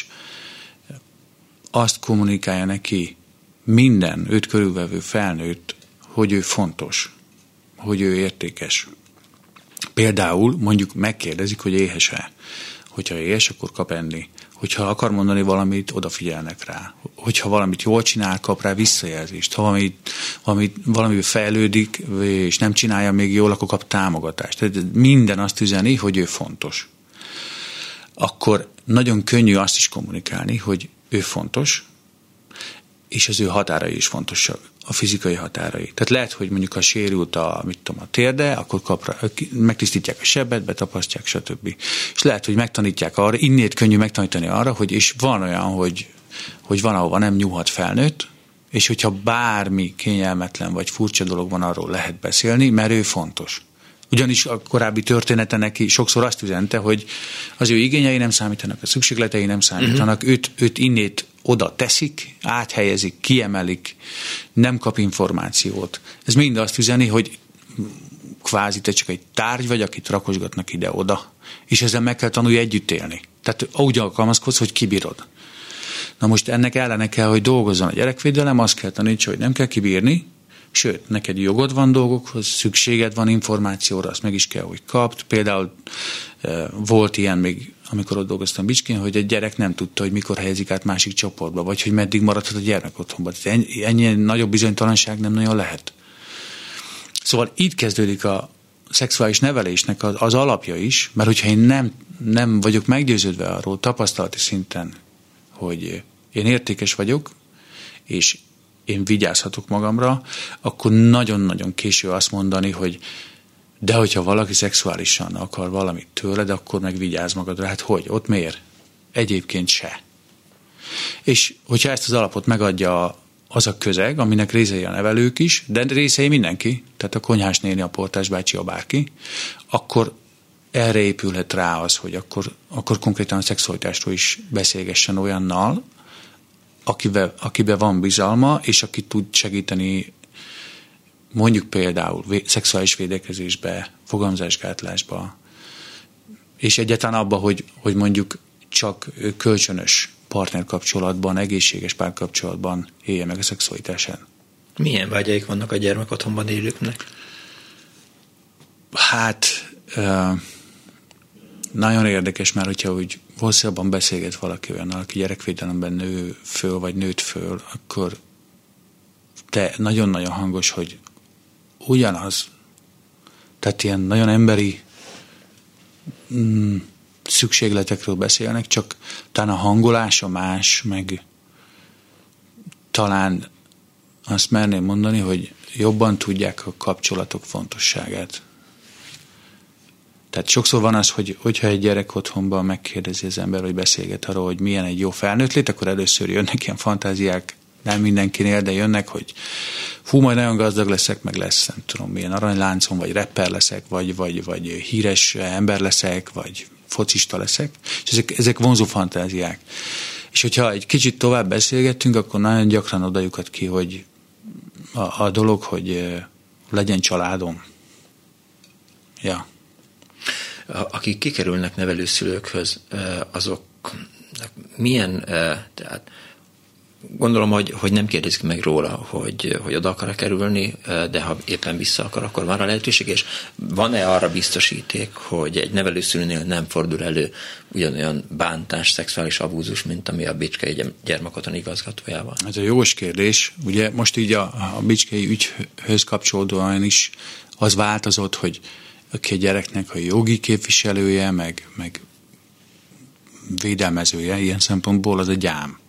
azt kommunikálja neki minden őt körülvevő felnőtt, hogy ő fontos, hogy ő értékes. Például mondjuk megkérdezik, hogy éhes-e. Hogyha éhes, akkor kap enni. Hogyha akar mondani valamit, odafigyelnek rá. Hogyha valamit jól csinál, kap rá visszajelzést. Ha valami fejlődik, és nem csinálja még jól, akkor kap támogatást. Tehát minden azt üzeni, hogy ő fontos. Akkor nagyon könnyű azt is kommunikálni, hogy ő fontos, és az ő határai is fontosak, a fizikai határai. Tehát lehet, hogy mondjuk ha sérült a térde, akkor megtisztítják a sebet, betapasztják, stb. És lehet, hogy megtanítják arra, innét könnyű megtanítani arra, hogy és van olyan, hogy van, ahova nem nyúlhat felnőtt, és hogyha bármi kényelmetlen vagy furcsa dolog van, arról lehet beszélni, mert ő fontos. Ugyanis a korábbi története neki sokszor azt üzente, hogy az ő igényei nem számítanak, a szükségletei nem számítanak, őt innét oda teszik, áthelyezik, kiemelik, nem kap információt. Ez mind azt üzeni, hogy kvázi te csak egy tárgy vagy, akit rakosgatnak ide-oda, és ezzel meg kell tanulni együtt élni. Tehát úgy alkalmazkodsz, hogy kibírod. Na most ennek ellene kell, hogy dolgozzon a gyerekvédelem, azt kell tanítsa, hogy nem kell kibírni, sőt, neked jogod van dolgokhoz, szükséged van információra, azt meg is kell, hogy kapd. Például volt ilyen még, amikor ott dolgoztam Bicskén, hogy egy gyerek nem tudta, hogy mikor helyezik át másik csoportba, vagy hogy meddig maradhat a gyermek otthonban. Ennyi nagyobb bizonytalanság nem nagyon lehet. Szóval itt kezdődik a szexuális nevelésnek az alapja is, mert hogyha én nem vagyok meggyőződve arról tapasztalati szinten, hogy én értékes vagyok, és én vigyázhatok magamra, akkor nagyon-nagyon késő azt mondani, hogy de hogyha valaki szexuálisan akar valamit tőled, akkor meg vigyázz magadra. Hát hogy? Ott miért? Egyébként se. És hogyha ezt az alapot megadja az a közeg, aminek részei a nevelők is, de részei mindenki, tehát a konyhás néni, a portás bácsi, a bárki, akkor erre épülhet rá az, hogy akkor konkrétan a szexualitásról is beszélgessen olyannal, akiben van bizalma, és aki tud segíteni mondjuk például szexuális védekezésbe, fogamzásgátlásba, és egyáltalán abba, hogy mondjuk csak kölcsönös partnerkapcsolatban, egészséges párkapcsolatban élje meg a szexualitásán. Milyen vágyaik vannak a gyermekotthonban élőknek? Hát nagyon érdekes, mert hogyha úgy hosszabban beszélget valaki olyannal, aki gyerekvédelemben nő föl, vagy nőtt föl, akkor de nagyon-nagyon hangos, hogy ugyanaz, tehát ilyen nagyon emberi szükségletekről beszélnek, csak talán a hangolása más, meg talán azt merném mondani, hogy jobban tudják a kapcsolatok fontosságát. Tehát sokszor van az, hogyha egy gyerek otthonban megkérdezi az ember, hogy beszélget arról, hogy milyen egy jó felnőtt lét, akkor először jönnek ilyen fantáziák, nem mindenkinél, de jönnek, hogy fú, majd nagyon gazdag leszek, meg lesz, nem tudom, milyen aranyláncom, vagy rapper leszek, vagy híres ember leszek, vagy focista leszek, és ezek vonzó fantáziák. És hogyha egy kicsit tovább beszélgettünk, akkor nagyon gyakran oda lyukad ki, hogy a dolog, hogy legyen családom. Ja. Akik kikerülnek nevelőszülőkhöz, azok milyen, tehát gondolom, hogy nem kérdezik meg róla, hogy oda akar kerülni, de ha éppen vissza akar, akkor van rá lehetőség, és van-e arra biztosíték, hogy egy nevelőszülőnél nem fordul elő ugyanolyan bántás, szexuális abúzus, mint ami a Bicskei Gyermekotthon igazgatójával? Ez a jogos kérdés. Ugye most így a bicskei ügyhöz kapcsolódóan is az változott, hogy aki a gyereknek a jogi képviselője, meg védelmezője ilyen szempontból, az a gyám.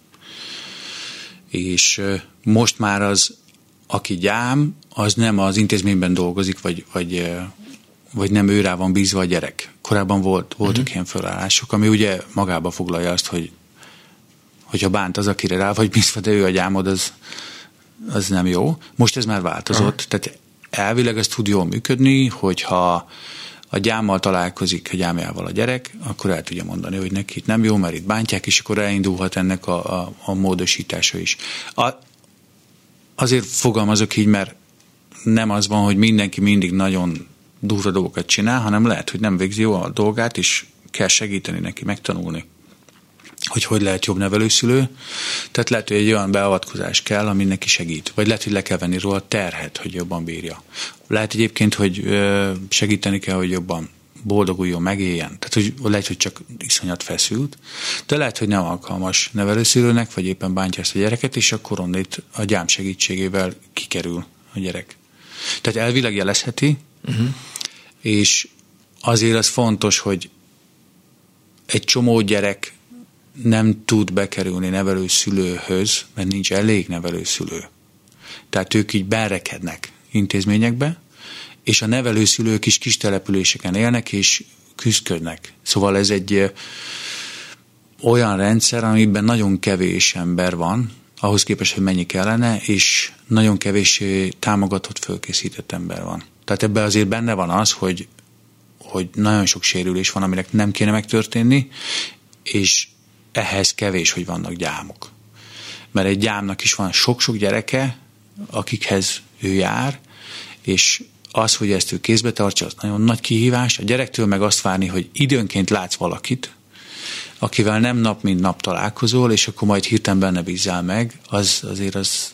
És most már az, aki gyám, az nem az intézményben dolgozik, vagy nem őrá van bízva a gyerek. Korábban voltak ilyen felállások, ami ugye magába foglalja azt, hogyha bánt az, akire rá vagy bízva, de ő a gyámod, az nem jó. Most ez már változott, tehát elvileg ez tud jól működni, hogyha a gyámmal találkozik, a gyámjával a gyerek, akkor el tudja mondani, hogy neki itt nem jó, mert itt bántják, és akkor elindulhat ennek a módosítása is. Azért fogalmazok így, mert nem az van, hogy mindenki mindig nagyon durva dolgokat csinál, hanem lehet, hogy nem végzi jól a dolgát, és kell segíteni neki megtanulni, hogy lehet jobb nevelőszülő. Tehát lehet, hogy egy olyan beavatkozás kell, ami neki segít. Vagy lehet, hogy le kell venni róla a terhet, hogy jobban bírja. Lehet egyébként, hogy segíteni kell, hogy jobban boldoguljon, megéljen. Tehát hogy lehet, hogy csak iszonyat feszült, de lehet, hogy nem alkalmas nevelőszülőnek, vagy éppen bántja ezt a gyereket, és akkor onnét a gyám segítségével kikerül a gyerek. Tehát elvileg jelezheti, és azért az fontos, hogy egy csomó gyerek nem tud bekerülni nevelőszülőhöz, mert nincs elég nevelőszülő. Tehát ők így berekednek intézményekbe, és a nevelőszülők is kis településeken élnek, és küzdködnek. Szóval ez egy olyan rendszer, amiben nagyon kevés ember van, ahhoz képest, hogy mennyi kellene, és nagyon kevés támogatott, fölkészített ember van. Tehát ebben azért benne van az, hogy nagyon sok sérülés van, aminek nem kéne megtörténni, és ehhez kevés, hogy vannak gyámok. Mert egy gyámnak is van sok-sok gyereke, akikhez ő jár, és az, hogy ezt ő kézbe tartsa, az nagyon nagy kihívás. A gyerektől meg azt várni, hogy időnként látsz valakit, akivel nem nap mint nap találkozol, és akkor majd hirtelen benne bízzál meg, azért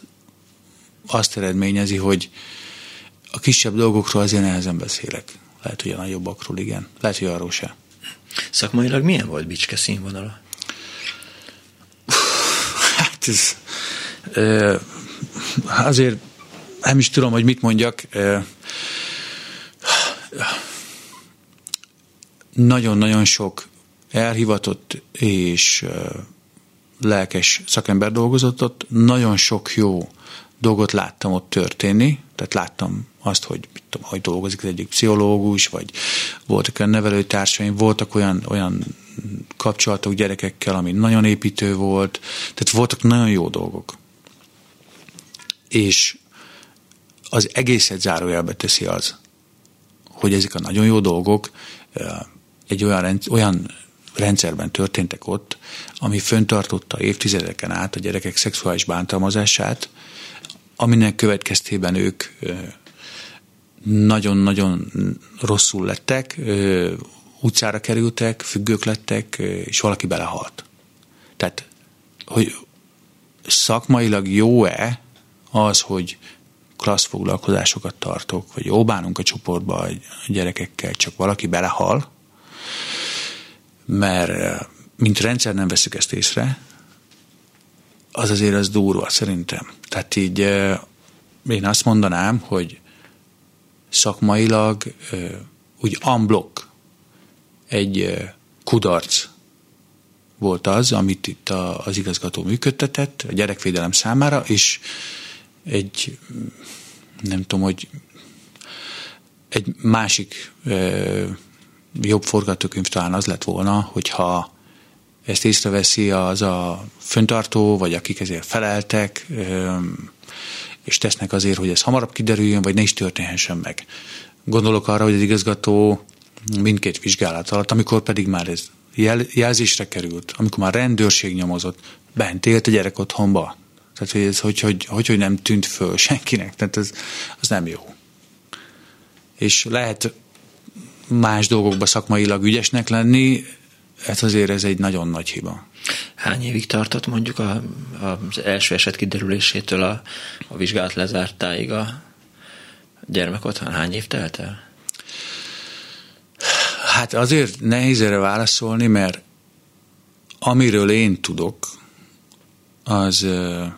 azt eredményezi, hogy a kisebb dolgokról azért nehezen beszélek. Lehet, hogy a nagyobbakról igen. Lehet, hogy arról se. Szakmailag milyen volt Bicske színvonala? Hát ez azért nem is tudom, hogy mit mondjak. Nagyon-nagyon sok elhivatott és lelkes szakember dolgozott ott. Nagyon sok jó dolgot láttam ott történni. Tehát láttam azt, hogy dolgozik az egyik pszichológus, vagy voltak olyan nevelőtársaim, voltak olyan kapcsolatok gyerekekkel, ami nagyon építő volt. Tehát voltak nagyon jó dolgok. És az egészet zárójelbe teszi az, hogy ezek a nagyon jó dolgok egy olyan rendszerben történtek ott, ami fenntartotta évtizedeken át a gyerekek szexuális bántalmazását, aminek következtében ők nagyon-nagyon rosszul lettek, utcára kerültek, függők lettek, és valaki belehalt. Tehát, hogy szakmailag jó-e az, hogy klassz foglalkozásokat tartok, vagy jó bánunk a csoportba a gyerekekkel, csak valaki belehal, mert mint rendszer nem veszük ezt észre, az azért az durva szerintem. Tehát így én azt mondanám, hogy szakmailag úgy unblock egy kudarc volt az, amit itt az igazgató működtetett a gyerekvédelem számára, és nem tudom, hogy egy másik jobb forgatókönyv talán az lett volna, hogyha ezt észreveszi az a fenntartó, vagy akik ezért feleltek, és tesznek azért, hogy ez hamarabb kiderüljön, vagy ne is történhessen meg. Gondolok arra, hogy az igazgató mindkét vizsgálat alatt, amikor pedig már ez jelzésre került, amikor már rendőrség nyomozott, bent élt a gyerek otthonba. Tehát, hogy ez hogy nem tűnt föl senkinek. Tehát az nem jó. És lehet más dolgokban szakmailag ügyesnek lenni, azért ez egy nagyon nagy hiba. Hány évig tartott mondjuk az első eset kiderülésétől a vizsgálat lezártáig a gyermekotthon? Hány év telt el? Hát azért nehéz erre válaszolni, mert amiről én tudok, az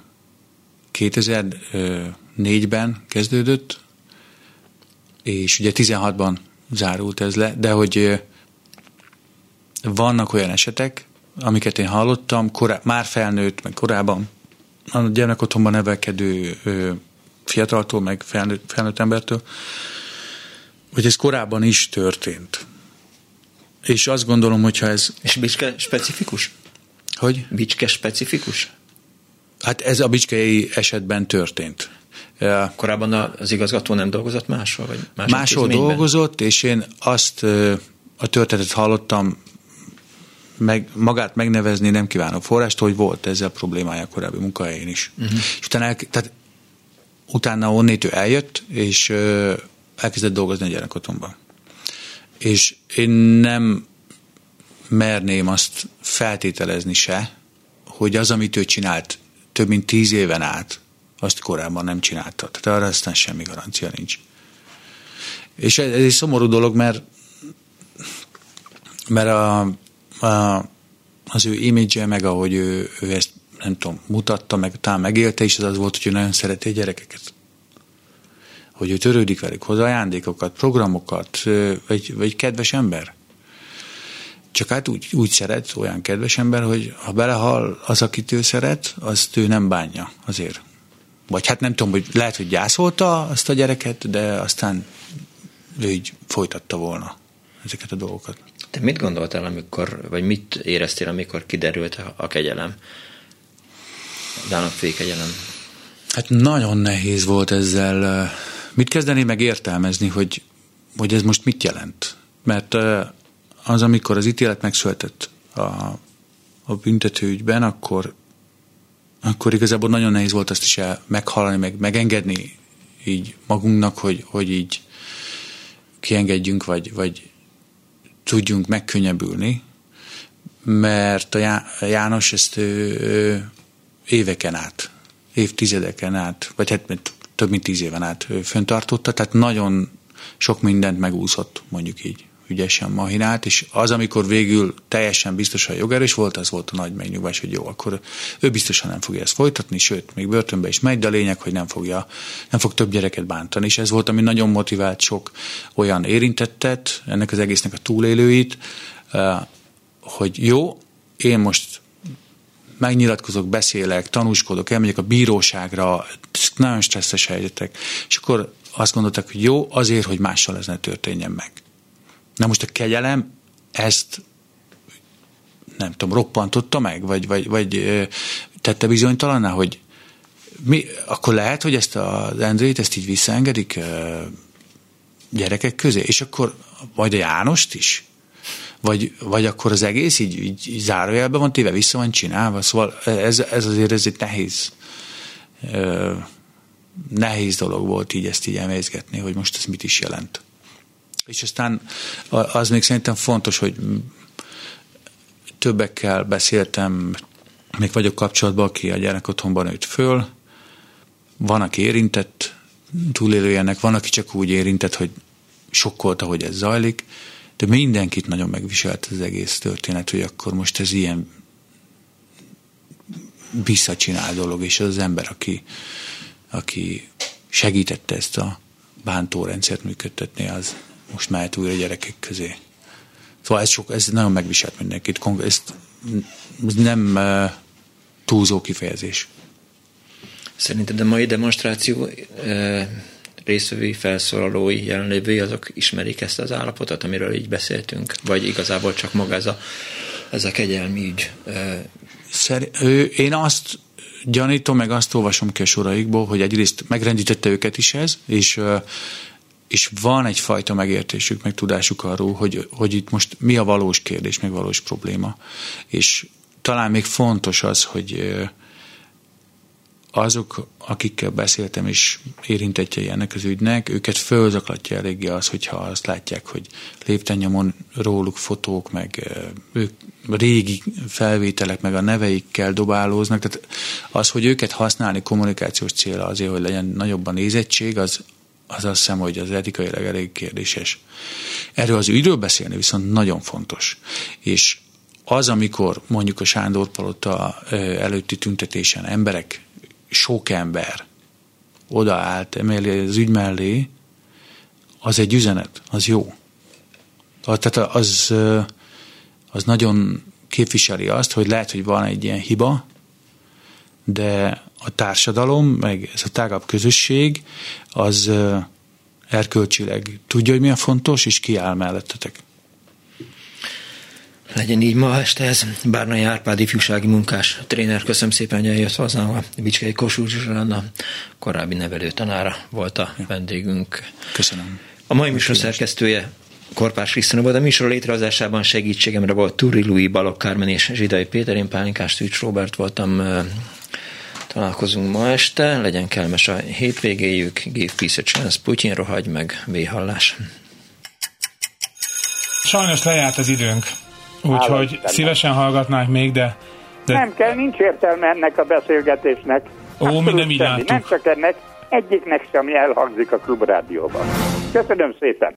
2004-ben kezdődött, és ugye 16-ban zárult ez le, de hogy vannak olyan esetek, amiket én hallottam, már felnőtt, meg korábban a gyermekotthonban nevelkedő fiataltól, meg felnőtt embertől, hogy ez korábban is történt. És azt gondolom, hogyha ez... És Bicske specifikus? Hogy? Bicske specifikus? Hát ez a bicskei esetben történt. Korábban az igazgató nem dolgozott máshol? Vagy máshol dolgozott, és én azt a történetet hallottam, magát megnevezni nem kívánok forrást, hogy volt ezzel problémája a korábbi munkahelyén is. Uh-huh. És utána onnét ő eljött, és elkezdett dolgozni a gyerekotthonban. És én nem merném azt feltételezni se, hogy az, amit ő csinált több mint 10 éven át, azt korábban nem csinálta. Tehát arra aztán semmi garancia nincs. És ez egy szomorú dolog, mert az ő image-e, meg ahogy ő ezt nem tudom, mutatta, meg talán megélte is, az volt, hogy ő nagyon szereti a gyerekeket. Hogy ő törődik velük, hoz ajándékokat, programokat, vagy kedves ember. Csak hát úgy szeret, olyan kedves ember, hogy ha belehal az, akit ő szeret, azt ő nem bánja azért. Vagy hát nem tudom, hogy lehet, hogy gyászolta azt a gyereket, de aztán ő így folytatta volna ezeket a dolgokat. Te mit gondoltál, vagy mit éreztél, amikor kiderült a kegyelem? A Dánok-féi kegyelem? Hát nagyon nehéz volt ezzel mit kezdeni, meg értelmezni, hogy ez most mit jelent. Mert az, amikor az ítélet megszületett a büntetőügyben, akkor igazából nagyon nehéz volt azt is meghallani, meg megengedni így magunknak, hogy így kiengedjünk, vagy tudjunk megkönnyebbülni, mert a János ezt éveken át, évtizedeken át, vagy hát több mint 10 éven át fenntartotta, tehát nagyon sok mindent megúszott, mondjuk így ügyesen mahinált, és az, amikor végül teljesen biztosan jogerős volt, az volt a nagy megnyugvás, hogy jó, akkor ő biztosan nem fogja ezt folytatni, sőt, még börtönbe is megy, de a lényeg, hogy nem fog több gyereket bántani, és ez volt, ami nagyon motivált sok olyan érintettet, ennek az egésznek a túlélőit, hogy jó, én most megnyilatkozok, beszélek, tanúskodok, elmegyek a bíróságra, nagyon stresszes helyzetek, és akkor azt gondolták, hogy jó, azért, hogy mással ez ne történjen meg. Na most a kegyelem ezt nem tudom, roppantotta meg, vagy tette bizonytalanná, hogy akkor lehet, hogy ezt az Endrét, ezt így visszaengedik gyerekek közé, és akkor majd a Jánost is? Vagy akkor az egész így zárójelben van téve, vissza van csinálva, szóval ez azért ez egy nehéz dolog volt így ezt így emészgetni, hogy most ez mit is jelent. És aztán az még szerintem fontos, hogy többekkel beszéltem, még vagyok kapcsolatban, aki a gyerekotthonban nőtt föl, van, aki érintett túlélőjének, van, aki csak úgy érintett, hogy sokkolta, hogy ez zajlik, de mindenkit nagyon megviselt az egész történet, hogy akkor most ez ilyen visszacsinál dolog, és az ember, aki segítette ezt a bántórendszert működtetni, az most mehet újra gyerekek közé. Szóval ez nagyon megviselt mindenkit. Ez nem túlzó kifejezés. Szerinted a mai demonstráció résztvevői, felszólalói, jelenlévői, azok ismerik ezt az állapotot, amiről így beszéltünk? Vagy igazából csak maga ez a kegyelmi ügy? Én azt gyanítom, meg azt olvasom ki a soraikból, hogy egyrészt megrendítette őket is ez, és van egyfajta megértésük, meg tudásuk arról, hogy itt most mi a valós kérdés, meg valós probléma. És talán még fontos az, hogy azok, akikkel beszéltem, és érintettjei ennek az ügynek, őket fölzaklatja eléggé az, hogyha azt látják, hogy léptennyomon róluk fotók, meg ők régi felvételek, meg a neveikkel dobálóznak. Tehát az, hogy őket használni kommunikációs célra azért, hogy legyen nagyobb a nézettség, az azt hiszem, hogy az etikailag elég kérdéses. Erről az ügyről beszélni viszont nagyon fontos. És az, amikor mondjuk a Sándor-palota előtti tüntetésen emberek, sok ember odaállt az ügy mellé, az egy üzenet, az jó. Tehát az nagyon képviseli azt, hogy lehet, hogy van egy ilyen hiba, de a társadalom, meg ez a tágabb közösség, az erkölcsileg tudja, hogy milyen fontos, és kiáll mellettetek. Legyen így ma este ez. Bárnai Árpád ifjúsági munkás tréner, köszönöm szépen, hogy eljött hozzám. A Bicskei Kossuth Zsuzsanna korábbi nevelő tanára volt a vendégünk. Köszönöm. A mai műsor szerkesztője Korpás Krisztina volt. A műsor létrehozásában segítségemre volt Turi Lui, Balogh Kármen és Zsidai Péter. Én Pálinkás Szűcs Róbert voltam. Találkozunk ma este. Legyen kellemes a hétvégéjük. Give peace a chance. Putyin rohagy meg. Véhallás. Sajnos lejárt az időnk. Úgyhogy szívesen hallgatnánk még, de... Nem kell, nincs értelme ennek a beszélgetésnek. Mi nem így láttuk. Nem csak ennek, egyiknek sem elhangzik a Klubrádióban. Köszönöm szépen!